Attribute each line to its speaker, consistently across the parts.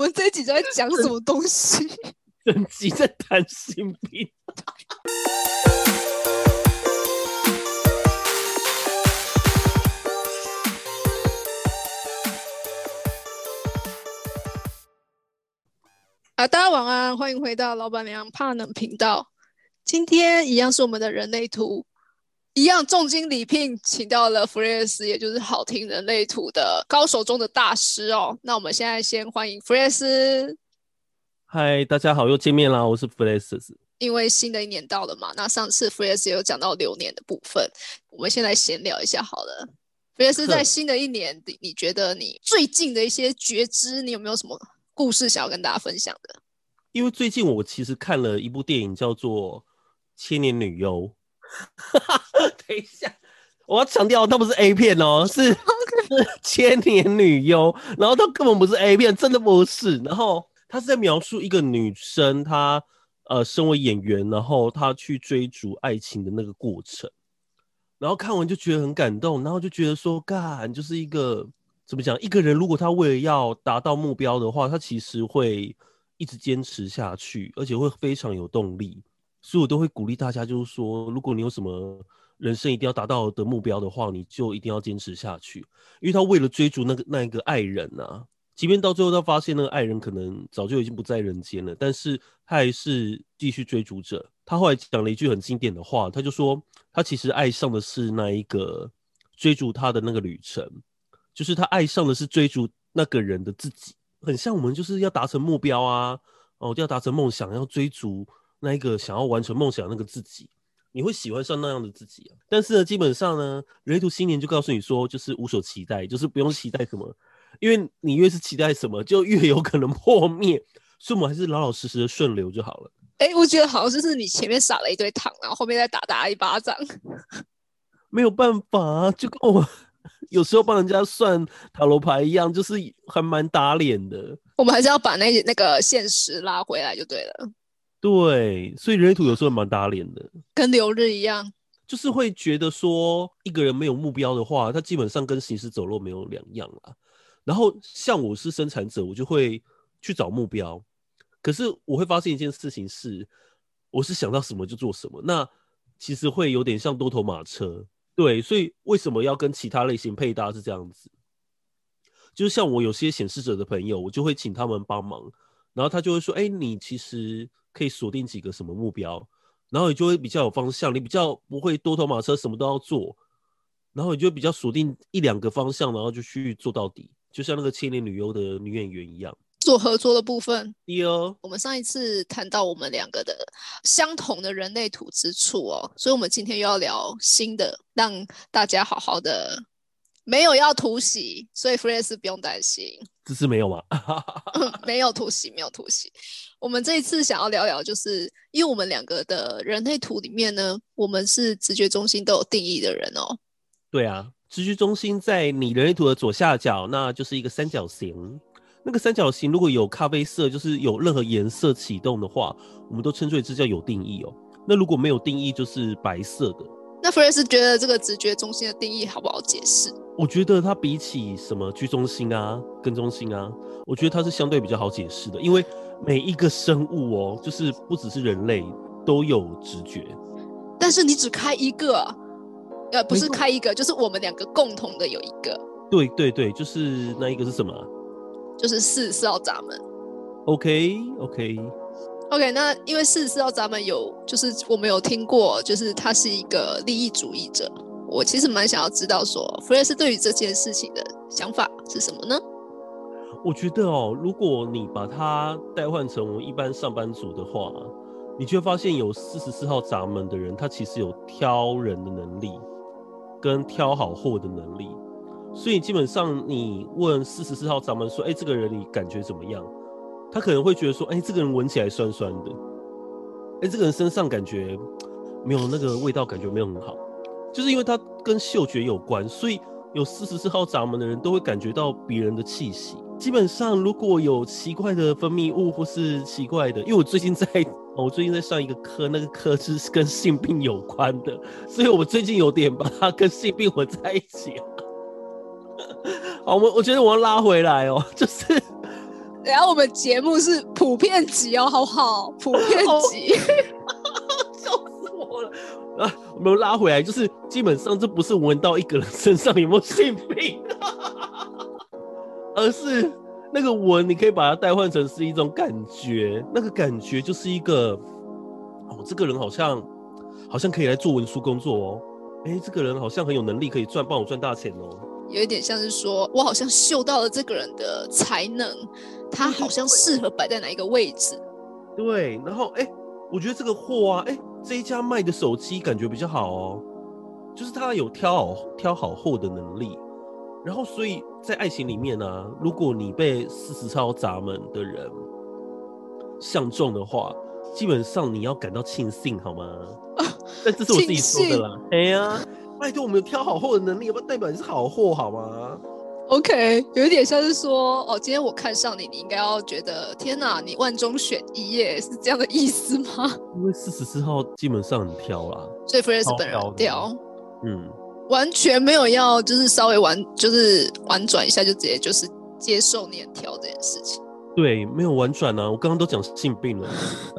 Speaker 1: 们这一集在讲什么东西？
Speaker 2: 整集在谈性病。
Speaker 1: 大家晚安，欢迎回到老板娘怕冷频道。今天一样是我们的人类图，一样重金礼聘，请到了弗雷斯，也就是好听人类图的高手中的大师哦。那我们现在先欢迎弗雷斯。
Speaker 2: 嗨，大家好，又见面啦，我是弗雷斯。
Speaker 1: 因为新的一年到了嘛，那上次弗雷斯有讲到流年的部分，我们先来闲聊一下好了。弗雷斯，在新的一年，你觉得你最近的一些觉知，你有没有什么故事想要跟大家分享的？
Speaker 2: 因为最近我其实看了一部电影，叫做《千年女优》。等一下，我要强调，它不是 A 片哦，是千年女优。然后它根本不是 A 片，真的不是。然后它是在描述一个女生，她身为演员，然后她去追逐爱情的那个过程。然后看完就觉得很感动，然后就觉得说，干，就是一个怎么讲？一个人如果他为了要达到目标的话，他其实会一直坚持下去，而且会非常有动力。所以我都会鼓励大家，就是说，如果你有什么人生一定要达到的目标的话，你就一定要坚持下去。因为他为了追逐那一个爱人啊，即便到最后他发现那个爱人可能早就已经不在人间了，但是他还是继续追逐着。他后来讲了一句很经典的话，他就说他其实爱上的是那一个追逐他的那个旅程，就是他爱上的是追逐那个人的自己。很像我们就是要达成目标啊，要达成梦想，要追逐那一个想要完成梦想的那个自己，你会喜欢上那样的自己啊。但是呢，基本上呢，人类图新年就告诉你说，就是无所期待，就是不用期待什么，因为你越是期待什么，就越有可能破灭。所以我们还是老老实实的顺流就好了。
Speaker 1: 我觉得好像就是你前面撒了一堆糖，然后后面再打大家一巴掌。
Speaker 2: 没有办法啊，就跟我有时候帮人家算塔罗牌一样，就是还蛮打脸的。
Speaker 1: 我们还是要把那个现实拉回来就对了。
Speaker 2: 对，所以人类图有时候蛮打脸的，
Speaker 1: 跟流日一样，
Speaker 2: 就是会觉得说一个人没有目标的话，他基本上跟行尸走肉没有两样啦。然后像我是生产者，我就会去找目标，可是我会发现一件事情是，我是想到什么就做什么，那其实会有点像多头马车。对，所以为什么要跟其他类型配搭是这样子？就是像我有些显示者的朋友，我就会请他们帮忙，然后他就会说：“你其实可以锁定几个什么目标，然后你就会比较有方向，你比较不会多头马车什么都要做，然后你就会比较锁定一两个方向，然后就去做到底，就像那个千年女优的女演员一样。”
Speaker 1: 做合作的部分。
Speaker 2: 哦，
Speaker 1: 我们上一次谈到我们两个的相同的人类图之处哦，所以我们今天又要聊新的，让大家好好的。没有要突袭，所以弗雷斯不用担心。
Speaker 2: 这是没有吗？
Speaker 1: 没有突袭，没有突袭。我们这一次想要聊聊，就是因为我们两个的人类图里面呢，我们是直觉中心都有定义的人哦。
Speaker 2: 对啊，直觉中心在你人类图的左下角，那就是一个三角形。那个三角形如果有咖啡色，就是有任何颜色启动的话，我们都称之为这叫有定义哦。那如果没有定义，就是白色的。
Speaker 1: 那弗雷斯觉得这个直觉中心的定义好不好解释？
Speaker 2: 我觉得它比起什么居中心啊、根中心啊，我觉得它是相对比较好解释的，因为每一个生物哦，就是不只是人类都有直觉，
Speaker 1: 但是你只开一个，不是开一个，就是我们两个共同的有一个。
Speaker 2: 对对对，就是那一个是什么？
Speaker 1: 就是44号闸门。
Speaker 2: OK，
Speaker 1: 那因为44号闸门就是我们有听过，就是他是一个利益主义者。我其实蛮想要知道说，弗雷斯对于这件事情的想法是什么呢？
Speaker 2: 我觉得哦，如果你把它代换成我们一般上班族的话，你就会发现有44号闸门的人，他其实有挑人的能力，跟挑好货的能力。所以基本上你问44号闸门说：“这个人你感觉怎么样？”他可能会觉得说：“这个人闻起来酸酸的，这个人身上感觉没有那个味道，感觉没有很好。”就是因为他跟嗅觉有关，所以有44号闸门的人都会感觉到别人的气息。基本上如果有奇怪的分泌物或是奇怪的，因为我最近在上一个课，那个课是跟性病有关的，所以我最近有点把它跟性病混在一起。好，我觉得我要拉回来哦，就是
Speaker 1: 然后我们节目是普遍级哦，好不好？普遍级，
Speaker 2: 笑死我了。我们拉回来，就是基本上这不是闻到一个人身上有没有性病，而是那个闻，你可以把它代换成是一种感觉，那个感觉就是一个，这个人好像可以来做文书工作哦，这个人好像很有能力，可以帮我赚大钱哦。
Speaker 1: 有一点像是说，我好像嗅到了这个人的才能，他好像适合摆在哪一个位置。
Speaker 2: 对，然后我觉得这个货啊，这一家卖的手机感觉比较好哦，就是他有挑好货的能力。然后所以在爱情里面啊，如果你被40超闸门的人相中的话，基本上你要感到庆幸好吗？但这是我自己说的啦。拜托，我们有挑好货的能力，不代表你是好货好吗？
Speaker 1: OK， 有一点像是说，今天我看上你，你应该要觉得天哪，你万中选一耶，是这样的意思吗？
Speaker 2: 因为44号基本上很挑啦，
Speaker 1: 所以弗瑞斯本人挑，完全没有要就是稍微婉转一下，就直接就是接受你很挑这件事情。
Speaker 2: 对，没有婉转啊，我刚刚都讲性病了。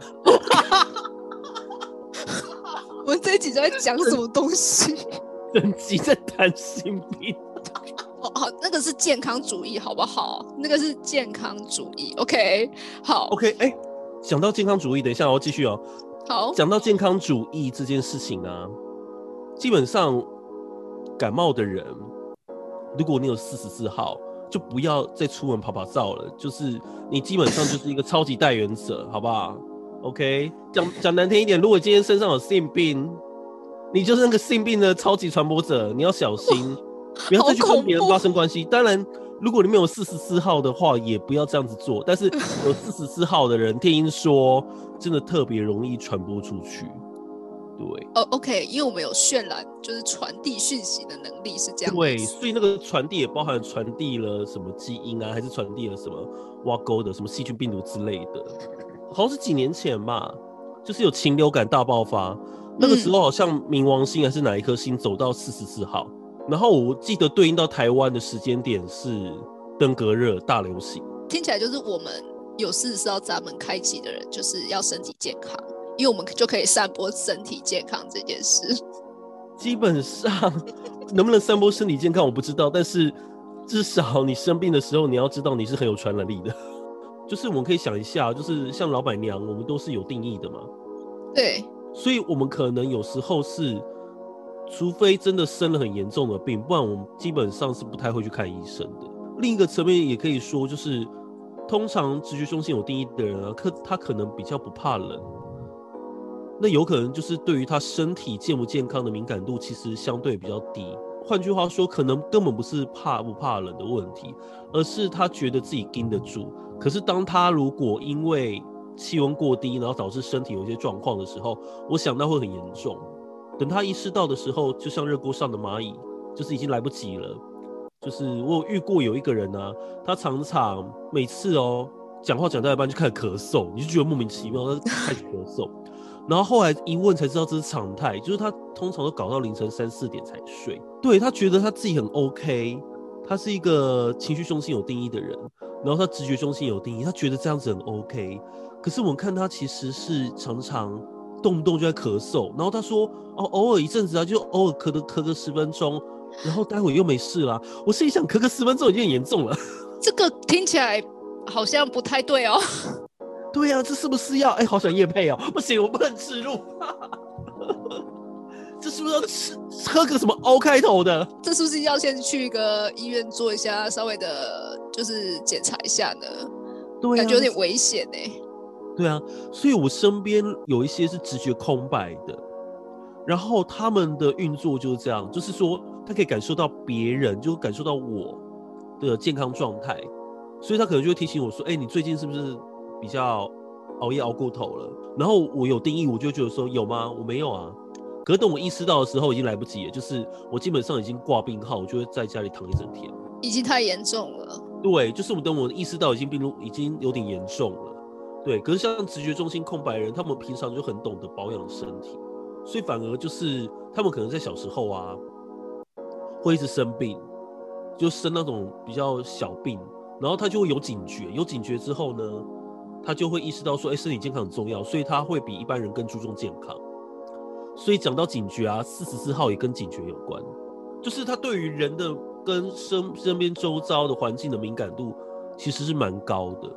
Speaker 1: 我们这一集在讲什么东西？
Speaker 2: 整集在谈性病。
Speaker 1: 好，那个是健康主义，好不好？那个是健康主义。OK， 好。
Speaker 2: OK， 讲到健康主义，等一下我要继续哦。
Speaker 1: 好，
Speaker 2: 讲到健康主义这件事情啊，基本上感冒的人，如果你有44号，就不要再出门跑照了。就是你基本上就是一个超级带原者，好不好 ？OK， 讲难听一点，如果今天身上有性病，你就是那个性病的超级传播者，你要小心，不要再去跟别人发生关系。当然，如果你没有44号的话，也不要这样子做。但是有44号的人，听说真的特别容易传播出去。对
Speaker 1: ，OK， 因为我们有渲染，就是传递讯息的能力是这样。
Speaker 2: 对，所以那个传递也包含传递了什么基因啊，还是传递了什么挖沟的什么细菌、病毒之类的。好像是几年前吧，就是有禽流感大爆发，那个时候好像冥王星还是哪一颗星走到44号，然后我记得对应到台湾的时间点是登革热大流行。
Speaker 1: 听起来就是我们有44号闸门开启的人，就是要身体健康，因为我们就可以散播身体健康这件事。
Speaker 2: 基本上能不能散播身体健康我不知道，但是至少你生病的时候你要知道你是很有传染力的。就是我们可以想一下，就是像老板娘我们都是有定义的嘛，
Speaker 1: 对，
Speaker 2: 所以我们可能有时候是除非真的生了很严重的病，不然我们基本上是不太会去看医生的。另一个层面也可以说，就是通常直觉中心有定义的人啊，他可能比较不怕冷，那有可能就是对于他身体健不健康的敏感度其实相对比较低。换句话说，可能根本不是怕不怕冷的问题，而是他觉得自己经得住。可是当他如果因为气温过低，然后导致身体有一些状况的时候，我想那会很严重。等他意识到的时候，就像热锅上的蚂蚁，就是已经来不及了。就是我有遇过有一个人啊，他常常每次讲话讲到一半就开始咳嗽，你就觉得莫名其妙，他开始咳嗽。然后后来一问才知道这是常态，就是他通常都搞到凌晨3、4点才睡。对，他觉得他自己很 OK， 他是一个情绪中心有定义的人，然后他直觉中心有定义，他觉得这样子很 OK。可是我们看他其实是常常动不动就在咳嗽，然后他说偶尔一阵子啊，就偶尔咳个10分钟，然后待会又没事啦。我心里想，咳个10分钟已经很严重了。
Speaker 1: 这个听起来好像不太对哦。
Speaker 2: 对啊，这是不是要好想业配哦？不行，我不能置入。这是不是要喝个什么 O 开头的？
Speaker 1: 这是不是要先去一个医院做一下稍微的，就是检查一下呢？对啊，感觉有点危险欸。
Speaker 2: 对啊，所以我身边有一些是直觉空白的，然后他们的运作就是这样，就是说他可以感受到别人，就感受到我的健康状态，所以他可能就会提醒我说：“你最近是不是比较熬夜熬过头了？”然后我有定义，我就觉得说有吗？我没有啊。可是等我意识到的时候，已经来不及了，就是我基本上已经挂病号，我就会在家里躺一整天，
Speaker 1: 已经太严重了。
Speaker 2: 对，就是我等我意识到已经有点严重了。对，可是像直觉中心空白人，他们平常就很懂得保养身体，所以反而就是他们可能在小时候啊，会一直生病，就生那种比较小病， 然后他就会有警觉，有警觉之后呢，他就会意识到说，身体健康很重要，所以他会比一般人更注重健康。所以讲到警觉啊，44号也跟警觉有关，就是他对于人的跟身边周遭的环境的敏感度其实是蛮高的。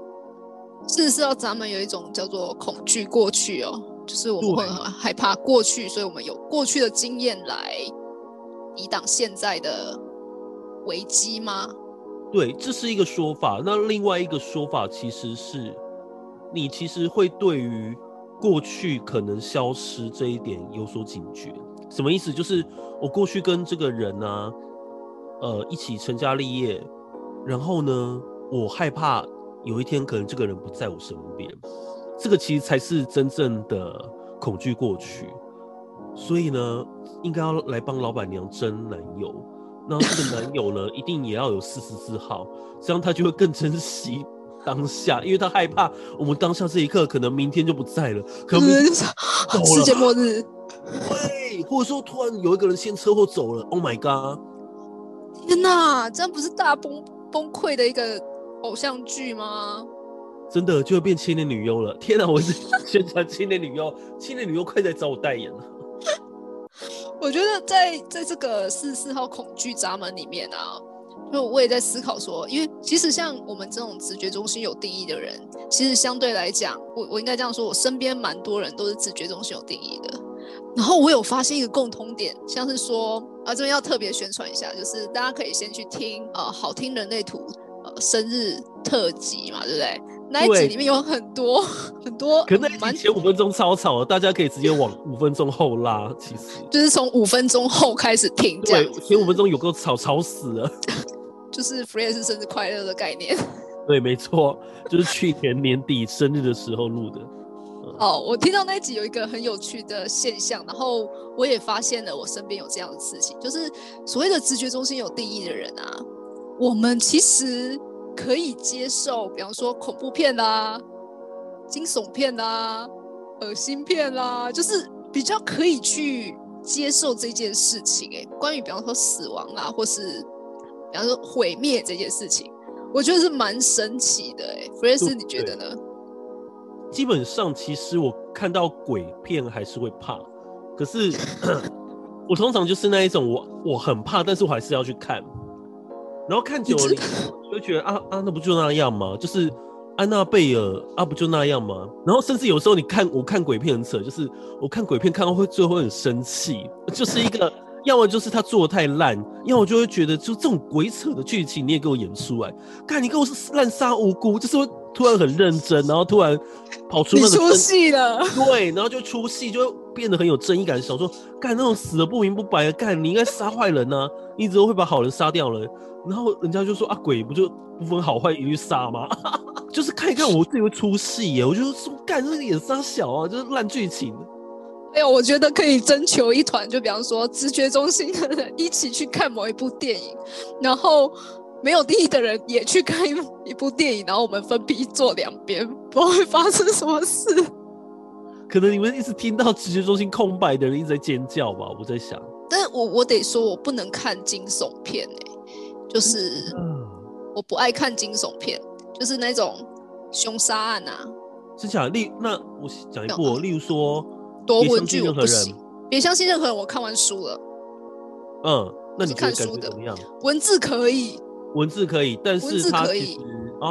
Speaker 1: 44号闸门有一种叫做恐惧过去哦，就是我们会很害怕过去，所以我们有过去的经验来抵挡现在的危机吗？
Speaker 2: 对，这是一个说法。那另外一个说法其实是，你其实会对于过去可能消失这一点有所警觉。什么意思？就是我过去跟这个人啊，一起成家立业，然后呢，我害怕有一天可能这个人不在我身边，这个其实才是真正的恐惧过去。所以呢，应该要来帮老板娘争男友。然后这个男友呢，一定也要有44号，这样他就会更珍惜当下，因为他害怕我们当下这一刻可能明天就不在了，可能明天走了，
Speaker 1: 世界末日，
Speaker 2: 对，或者说突然有一个人先车祸走了 ，Oh my god！
Speaker 1: 天哪，这样不是大崩溃的一个偶像剧吗？
Speaker 2: 真的就会变青年女优了。天哪，我是宣传青年女优，青年女优快来找我代言了。
Speaker 1: 我觉得在这个44号恐惧闸门里面啊，就我也在思考说，因为其实像我们这种直觉中心有定义的人，其实相对来讲，我应该这样说，我身边蛮多人都是直觉中心有定义的。然后我有发现一个共同点，像是说这边要特别宣传一下，就是大家可以先去听好听人类图生日特辑嘛，对不对？那一集里面有很多，
Speaker 2: 可能那前5分钟超吵的，大家可以直接往5分钟后拉。其实
Speaker 1: 就是从5分钟后开始听，这样
Speaker 2: 对，前5分钟有够吵死了。
Speaker 1: 就是 Freya 是生日快乐的概念。
Speaker 2: 对，没错，就是去年年底生日的时候录的。
Speaker 1: 我听到那一集有一个很有趣的现象，然后我也发现了我身边有这样的事情，就是所谓的直觉中心有定义的人啊，我们其实可以接受，比方说恐怖片啦、惊悚片啦、恶心片啦，就是比较可以去接受这件事情。关于比方说死亡啦，或是比方说毁灭这件事情，我觉得是蛮神奇的。弗瑞斯，你觉得呢？
Speaker 2: 基本上，其实我看到鬼片还是会怕，可是我通常就是那一种我很怕，但是我还是要去看。然后看久了，你就觉得那不就那样吗？就是安娜贝尔不就那样吗？然后甚至有时候我看鬼片很扯，就是我看鬼片看到最后会很生气，就是一个要么就是他做的太烂，要么我就会觉得就这种鬼扯的剧情你也给我演出来，干你给我滥杀无辜，就是会突然很认真，然后突然跑出那个
Speaker 1: 你出戏了，
Speaker 2: 对，然后就出戏，就会变得很有正义感，想说干那种死的不明不白的，干你应该杀坏人啊，你怎么会把好人杀掉了？然后人家就说鬼不就不分好坏一律杀吗？就是看一看我自己会出戏耶，我就说干这个演杀小啊，就是烂剧情。
Speaker 1: 我觉得可以征求一团，就比方说直觉中心的人一起去看某一部电影，然后没有定义的人也去看一部电影，然后我们分批坐两边，不知道会发生什么事。
Speaker 2: 可能你们一直听到直觉中心空白的人一直在尖叫吧，我在想。
Speaker 1: 但是我得说，我不能看惊悚片就是我不爱看惊悚片，就是那种凶杀案啊。
Speaker 2: 真假？那我讲一部，例如说
Speaker 1: 夺文剧我不行，别相信任何人。我看完书了。
Speaker 2: 那你觉得感觉怎么样？
Speaker 1: 文字可以，
Speaker 2: 但是它其实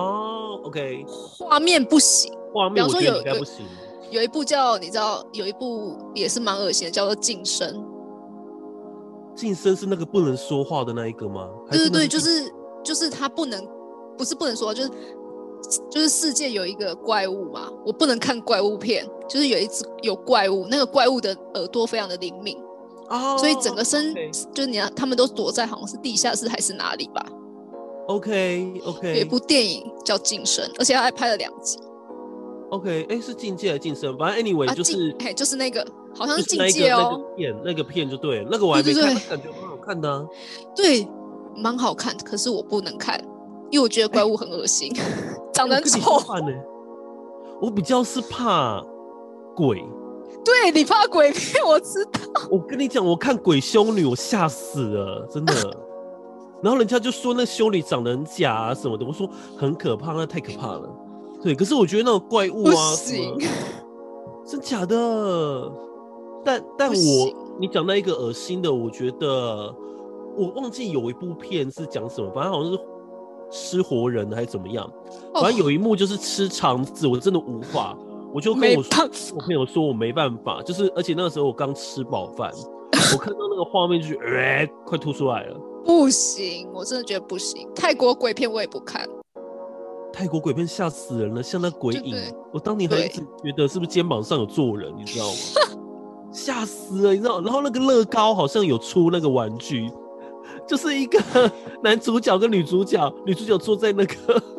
Speaker 2: OK，
Speaker 1: 画面不行。
Speaker 2: 画面我觉得应该不行。
Speaker 1: 有一部你知道，有一部也是蛮恶心的，叫做《晋升》。
Speaker 2: 晋升是那个不能说话的那一个吗？
Speaker 1: 对，就是他不是不能说，就是世界有一个怪物嘛，我不能看怪物片，就是有怪物，那个怪物的耳朵非常的灵敏，所以整个就是他们都躲在好像是地下室还是哪里吧。
Speaker 2: OK，
Speaker 1: 有一部电影叫《晋升》，而且他还拍了2集。
Speaker 2: OK， 是境界还是晋升？反正 anyway
Speaker 1: 就是那个好像是境界哦，
Speaker 2: 那个片就对了，那个我还没看，感觉蛮好看的啊。
Speaker 1: 对，蛮好看，可是我不能看，因为我觉得怪物很恶心，长得很丑。
Speaker 2: 我比较是怕鬼。
Speaker 1: 对，你怕鬼片，我知道。
Speaker 2: 我跟你讲，我看鬼修女，我吓死了，真的。 然后人家就说那修女长得很假啊什么的，我说很可怕，那太可怕了。对，可是我觉得那种怪物
Speaker 1: 不
Speaker 2: 啊，
Speaker 1: 行，
Speaker 2: 真假的？但你讲到一个恶心的，我觉得我忘记有一部片是讲什么，反正好像是吃活人还是怎么样，反正有一幕就是吃肠子，我真的无法，我就跟我朋友说我没办法，就是而且那个时候我刚吃饱饭，我看到那个画面就快吐出来了。
Speaker 1: 不行，我真的觉得不行。泰国鬼片我也不看。
Speaker 2: 泰国鬼片吓死人了，像那鬼影，我当年还一直觉得是不是肩膀上有坐人，你知道吗？吓死了，你知道？然后那个乐高好像有出那个玩具，就是一个男主角跟女主角，女主角坐在那个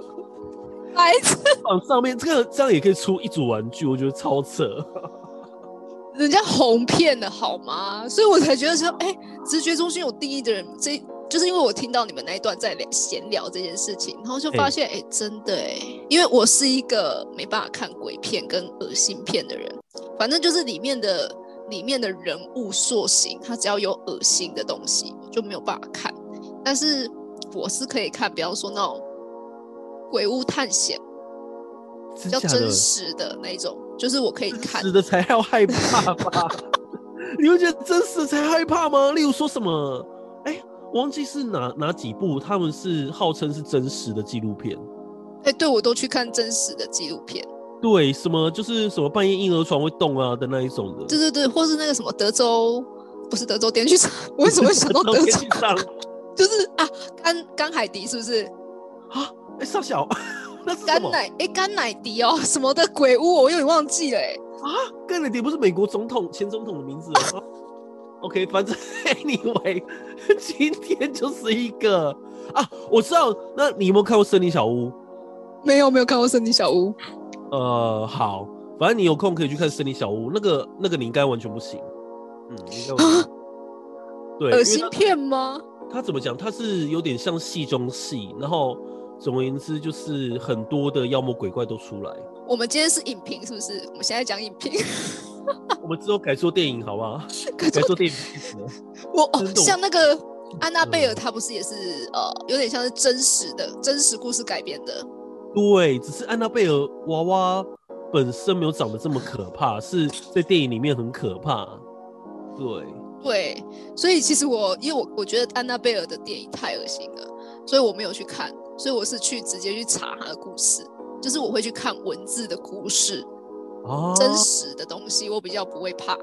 Speaker 2: 往上面，这样也可以出一组玩具，我觉得超扯。
Speaker 1: 人家红片了好吗？所以我才觉得说，直觉中心有定义的人，就是因为我听到你们那一段在闲聊这件事情，然后就发现，真的因为我是一个没办法看鬼片跟恶心片的人，反正就是里面的人物塑形，它只要有恶心的东西，我就没有办法看。但是我是可以看，比方说那种鬼屋探险，比较真实的那种，就是我可以看。
Speaker 2: 真实的才要害怕吧？你会觉得真实才害怕吗？例如说什么？我忘记是哪几部，他们是号称是真实的纪录片。
Speaker 1: 对，我都去看真实的纪录片。
Speaker 2: 对，什么就是什么半夜婴儿床会动啊的那一种的。
Speaker 1: 对，或是那个什么不是德州电锯场，我为什么会想到德州电锯场？就是甘海迪是不是？
Speaker 2: 少小，那是什么？
Speaker 1: 甘乃迪哦，什么的鬼屋，我有点忘记了
Speaker 2: 甘乃迪不是美国前总统的名字吗？OK， 反正 anyway， 今天就是一个我知道。那你有没有看过《森林小屋》？
Speaker 1: 没有看过《森林小屋》。
Speaker 2: 好，反正你有空可以去看《森林小屋》，那个你应该完全不行。应该完全对，
Speaker 1: 恶心片吗？
Speaker 2: 它怎么讲？它是有点像戏中戏，然后总而言之就是很多的妖魔鬼怪都出来。我
Speaker 1: 们今天是影评是不是？我们现在讲影评。
Speaker 2: 我们之后改做电影好不好？改做电影。
Speaker 1: 像那个安娜贝尔，它不是也是有点像是真实故事改编的。
Speaker 2: 对，只是安娜贝尔娃娃本身没有长得这么可怕，是在电影里面很可怕。
Speaker 1: 对，所以其实因为我觉得安娜贝尔的电影太恶心了，所以我没有去看，所以我是直接去查她的故事，就是我会去看文字的故事。真实的东西我比较不会怕。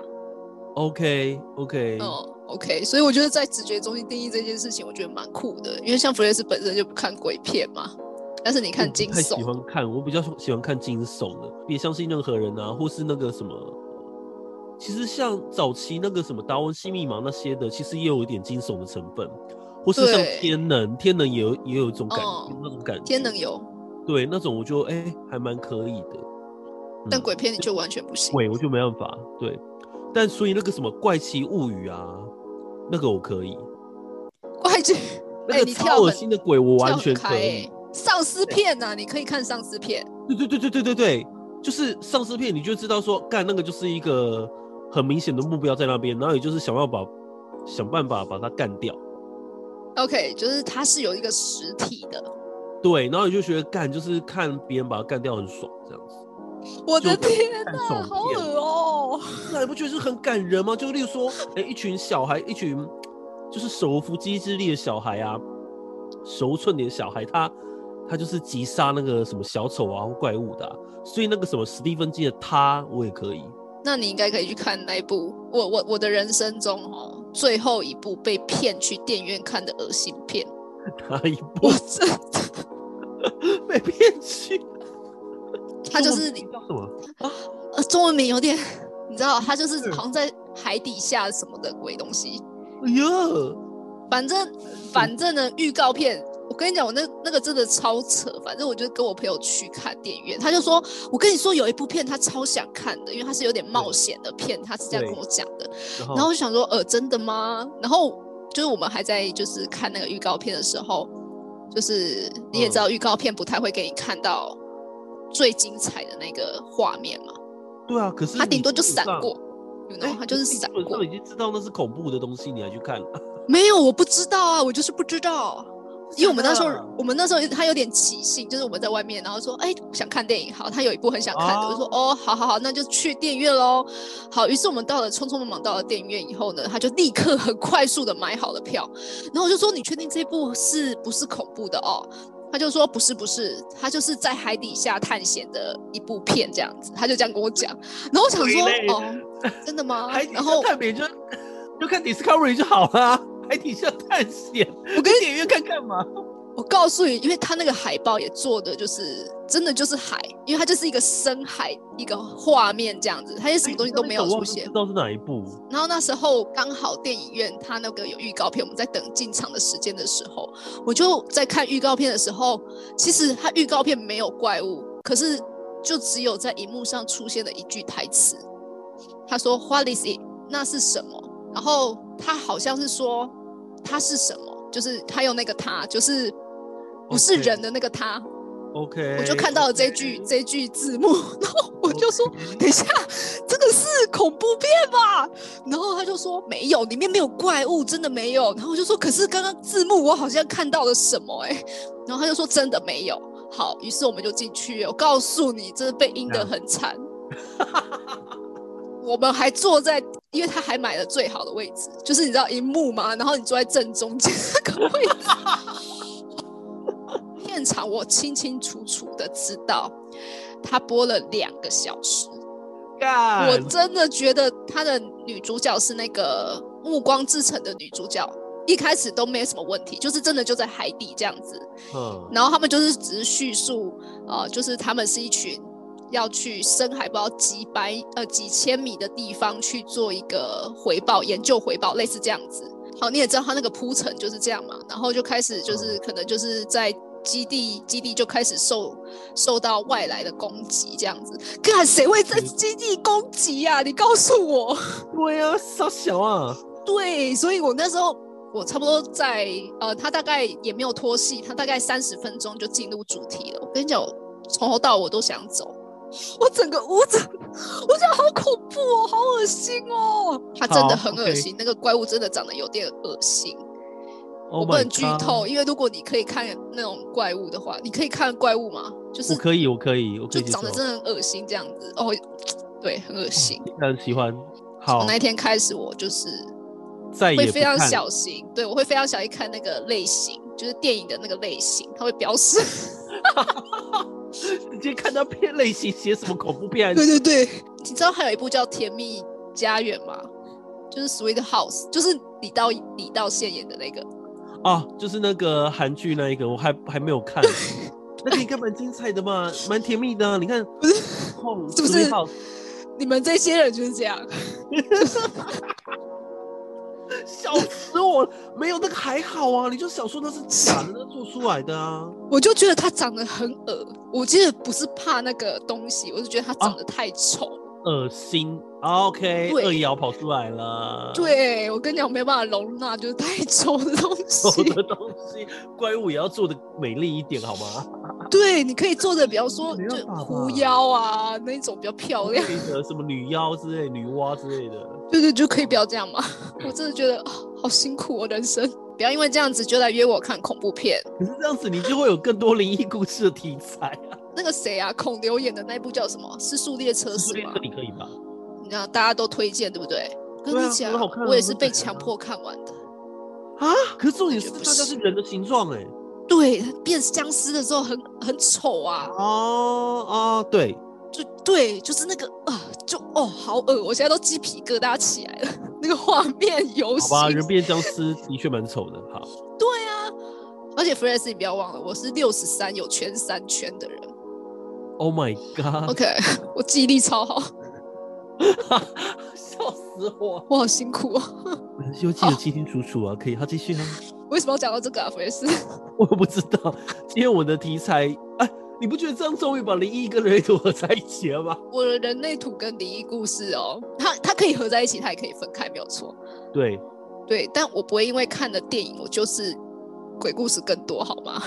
Speaker 2: OK，
Speaker 1: 所以我觉得在直觉中心定义这件事情，我觉得蛮酷的，因为像弗雷斯本身就不看鬼片嘛，但是你看惊悚，
Speaker 2: 太喜欢看，我比较喜欢看惊悚的，别相信任何人啊，或是那个什么，其实像早期那个什么达文西密码那些的，其实也有一点惊悚的成分，或是像天能也有一种感觉，那种感觉，
Speaker 1: 天能有，
Speaker 2: 对，那种我就还蛮可以的。
Speaker 1: 但鬼片你就完全不行，
Speaker 2: 我就没办法。对，但所以那个什么怪奇物语啊，那个我可以。
Speaker 1: 怪奇，
Speaker 2: 那个超恶心的鬼我完全可以。
Speaker 1: 丧尸片啊，你可以看丧尸片。
Speaker 2: 对，就是丧尸片，你就知道说，干那个就是一个很明显的目标在那边，然后也就是想办法把它干掉。
Speaker 1: OK， 就是它是有一个实体的。
Speaker 2: 对，然后你就觉得干就是看别人把它干掉很爽这样子。
Speaker 1: 我的天哪，好恶哦！
Speaker 2: 那你不觉得是很感人吗？就例如说，一群小孩，一群就是手无缚鸡之力的小孩啊，手无寸铁的小孩，他就是击杀那个什么小丑啊或怪物的所以那个什么史蒂芬金的他，我也可以。
Speaker 1: 那你应该可以去看那一部我的人生中最后一部被骗去电影院看的恶心片。
Speaker 2: 哪一部？
Speaker 1: 我真的
Speaker 2: 被骗去。
Speaker 1: 他就是
Speaker 2: 叫什么
Speaker 1: 中文名有点，你知道，他就是好像在海底下什么的鬼东西。
Speaker 2: 哎呀，
Speaker 1: 反正呢，预告片，我跟你讲，我那个真的超扯。反正我就跟我朋友去看电影院，他就说，我跟你说有一部片他超想看的，因为他是有点冒险的片，他是这样跟我讲的。然后我就想说，真的吗？然后就是我们还在就是看那个预告片的时候，就是你也知道预告片不太会给你看到最精彩的那个画面嘛。
Speaker 2: 对啊，可是
Speaker 1: 他顶多就闪过，他就是闪过。
Speaker 2: 基本上已经知道那是恐怖的东西，你还去看？
Speaker 1: 没有，我不知道啊，我就是不知道。因为我们那时候他有点起兴，就是我们在外面，然后说，想看电影，好，他有一部很想看的，我就说，好，那就去电影院咯。好，于是我们匆匆忙忙到了电影院以后呢，他就立刻很快速的买好了票，然后我就说，你确定这部不是恐怖的哦？他就说不是，他就是在海底下探险的一部片这样子，他就这样跟我讲。然后我想说，真的吗？
Speaker 2: 海底下探险就看 Discovery 就好了，海底下探险，我跟电影院看干嘛？
Speaker 1: 我告诉你，因为他那个海报也做的就是真的就是海，因为它就是一个深海一个画面这样子，它也什么东西都没有出现。
Speaker 2: 不知道是哪一部。
Speaker 1: 然后那时候刚好电影院它那个有预告片，我们在等进场的时间的时候，我就在看预告片的时候，其实它预告片没有怪物，可是就只有在荧幕上出现了一句台词，他说 What is it？ 那是什么？然后他好像是说他是什么，就是他用那个他，就是不是人的那个他。
Speaker 2: OK，
Speaker 1: 我就看到了这句字幕，然后我就说等一下，这个是恐怖片吧？然后他就说没有，里面没有怪物，真的没有。然后我就说可是刚刚字幕我好像看到了什么然后他就说真的没有。好，于是我们就进去了。我告诉你，真的被阴得很惨。我们还坐在，因为他还买了最好的位置，就是你知道荧幕嘛，然后你坐在正中间那个位置。现场我清清楚楚的知道，他播了2个小时。我真的觉得他的女主角是那个《暮光之城》的女主角，一开始都没什么问题，就是真的就在海底这样子。然后他们就是只是叙述，就是他们是一群要去深海不知道几千米的地方去做一个研究回报，类似这样子。好，你也知道他那个铺陈就是这样嘛，然后就开始就是可能就是在基地就开始受到外来的攻击这样子。看谁会在基地攻击啊？你告诉我。
Speaker 2: 对啊，傻小啊。
Speaker 1: 对，所以我那时候我差不多在他大概也没有拖戏，他大概30分钟就进入主题了。我跟你讲，从头到尾我都想走。我整个屋子，我觉得好恐怖哦，好恶心哦。它真的很恶心，那个怪物真的长得有点恶心。我不能剧透，因为如果你可以看那种怪物的话，你可以看怪物吗？就是
Speaker 2: 我可以，
Speaker 1: 就长得真的很恶心这样子哦，对，很恶心。
Speaker 2: 很喜欢。好，
Speaker 1: 从那一天开始，我就是会非常小心，对，我会非常小心看那个类型，就是电影的那个类型，它会标示。
Speaker 2: 直接看到片类型写什么恐怖片？
Speaker 1: 对，你知道还有一部叫《甜蜜家园》吗？就是 Sweet House， 就是李道宪演的那个。
Speaker 2: 就是那个韩剧那一个，我还没有看。那个应该蛮精彩的嘛，蛮甜蜜的。你看，
Speaker 1: 是不是？你们这些人就是这样。
Speaker 2: 笑死我！没有那个还好啊，你就想说那是假的，那做出来的啊。
Speaker 1: 我就觉得他长得很恶，我记得不是怕那个东西，我是觉得他长得太丑，
Speaker 2: 恶心。OK， 二爻跑出来了。
Speaker 1: 对，我跟你讲，我没有办法容纳就是太丑的东西。
Speaker 2: 丑的东西，怪物也要做的美丽一点，好吗？
Speaker 1: 对，你可以做的，比方说就狐妖啊那种比较漂亮
Speaker 2: 的，什么女妖之类、女娲之类的。
Speaker 1: 对，就可以不要这样嘛。我真的觉得好辛苦哦，人生。不要因为这样子就来约我看恐怖片。
Speaker 2: 可是这样子你就会有更多灵异故事的题材啊。
Speaker 1: 那个谁啊，孔刘演的那部叫什么？《失速列车》是吗？
Speaker 2: 你可以吧？
Speaker 1: 你知道大家都推荐，对不对？跟你讲，我也是被强迫看完的。
Speaker 2: 可是重点是大家是人的形状哎。
Speaker 1: 对，变僵尸的时候很丑啊。
Speaker 2: 对。
Speaker 1: 对，就是那个好恶，我现在都鸡皮疙瘩起来了。那个画面游戏。
Speaker 2: 好吧，人变僵尸的确蛮丑的。好。
Speaker 1: 对啊，而且 Fred 你不要忘了，我是63有圈3圈的人。
Speaker 2: Oh my god。
Speaker 1: OK， 我记忆力超好。
Speaker 2: 笑死我！
Speaker 1: 我好辛苦哦。
Speaker 2: 就记得清清楚楚啊，可以，好继续啊。
Speaker 1: 为什么要讲到这个啊 Fred？
Speaker 2: 我不知道，因为我的题材，你不觉得这样终于把灵异跟人类图合在一起了吗？
Speaker 1: 我的人类图跟灵异故事它可以合在一起，它也可以分开，没有错。对，但我不会因为看了电影，我就是鬼故事更多，好吗？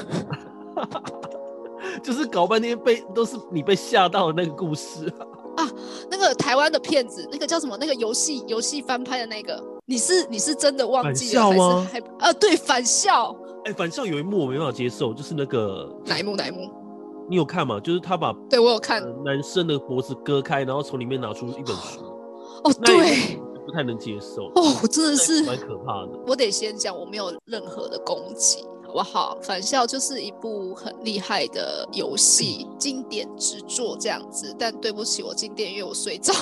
Speaker 2: 就是搞半天都是你被吓到的那个故事
Speaker 1: 那个台湾的片子，那个叫什么？那个游戏翻拍的那个你是真的忘记了
Speaker 2: 返校吗？
Speaker 1: 还是对，返校。
Speaker 2: 返校有一幕我没办法接受，就是那个
Speaker 1: 哪一幕？
Speaker 2: 你有看吗？就是他把
Speaker 1: 对我有看，
Speaker 2: 男生的脖子割开，然后从里面拿出一本书。
Speaker 1: 对，
Speaker 2: 不太能接受。
Speaker 1: 我真的是
Speaker 2: 蛮可怕的。
Speaker 1: 我得先讲，我没有任何的攻击，好不好？返校就是一部很厉害的游戏，经典之作这样子。但对不起，我进电影院我睡着。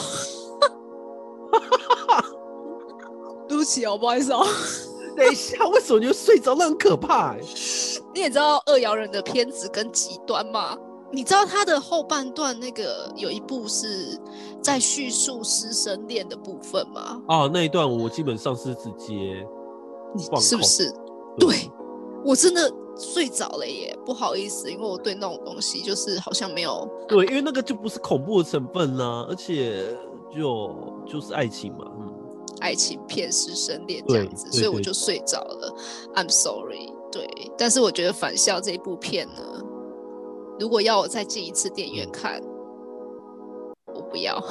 Speaker 1: 对不起哦，不好意思哦。
Speaker 2: 等一下，为什么你就睡着？那很可怕
Speaker 1: 你也知道二摇人的偏执跟极端吗？你知道他的后半段那个有一部是在叙述师生恋的部分吗？
Speaker 2: 那一段我基本上是直接放空，
Speaker 1: 是不是？对，我真的睡着了耶，不好意思，因为我对那种东西就是好像没有。
Speaker 2: 对，因为那个就不是恐怖的成分啦，而且就是爱情嘛，
Speaker 1: 爱情片师生恋这样子，所以我就睡着了。I'm sorry。对，但是我觉得返校这一部片呢，如果要我再进一次电影院看，我不要。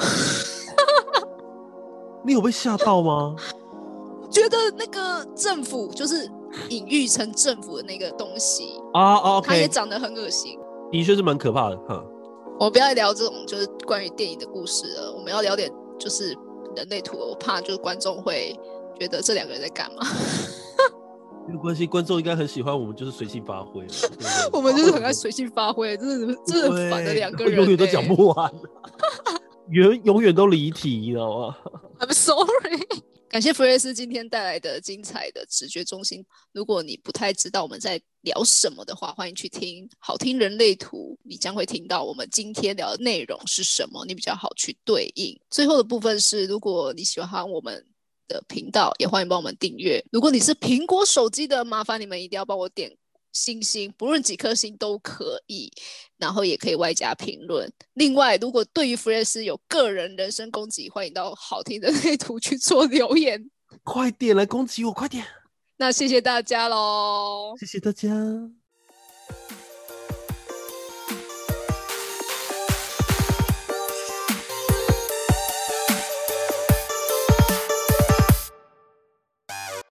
Speaker 2: 你有被吓到吗？
Speaker 1: 我觉得那个政府就是隐喻成政府的那个东西
Speaker 2: OK，
Speaker 1: 它也长得很恶心，
Speaker 2: 的确是蛮可怕的哈。
Speaker 1: 我们不要聊这种就是关于电影的故事了，我们要聊点就是人类图，我怕就是观众会觉得这两个人在干嘛。
Speaker 2: 没有关系，观众应该很喜欢我们，就是随性发挥。
Speaker 1: 我们就是很爱随性发挥，真的很烦的两个人，
Speaker 2: 永远都讲不完，永远都离题，你知道吗
Speaker 1: ？I'm sorry。感谢弗瑞斯今天带来的精彩的直觉中心。如果你不太知道我们在聊什么的话，欢迎去听好听人类图，你将会听到我们今天聊的内容是什么，你比较好去对应。最后的部分是，如果你喜欢我们的频道，也欢迎帮我们订阅。如果你是苹果手机的，麻烦你们一定要帮我点星星，不论几颗星都可以，然后也可以外加评论。另外，如果对于弗瑞斯有个人人身攻击，欢迎到好听的内图去做留言。
Speaker 2: 快点来攻击我，快点！
Speaker 1: 那谢谢大家咯，
Speaker 2: 谢谢大家。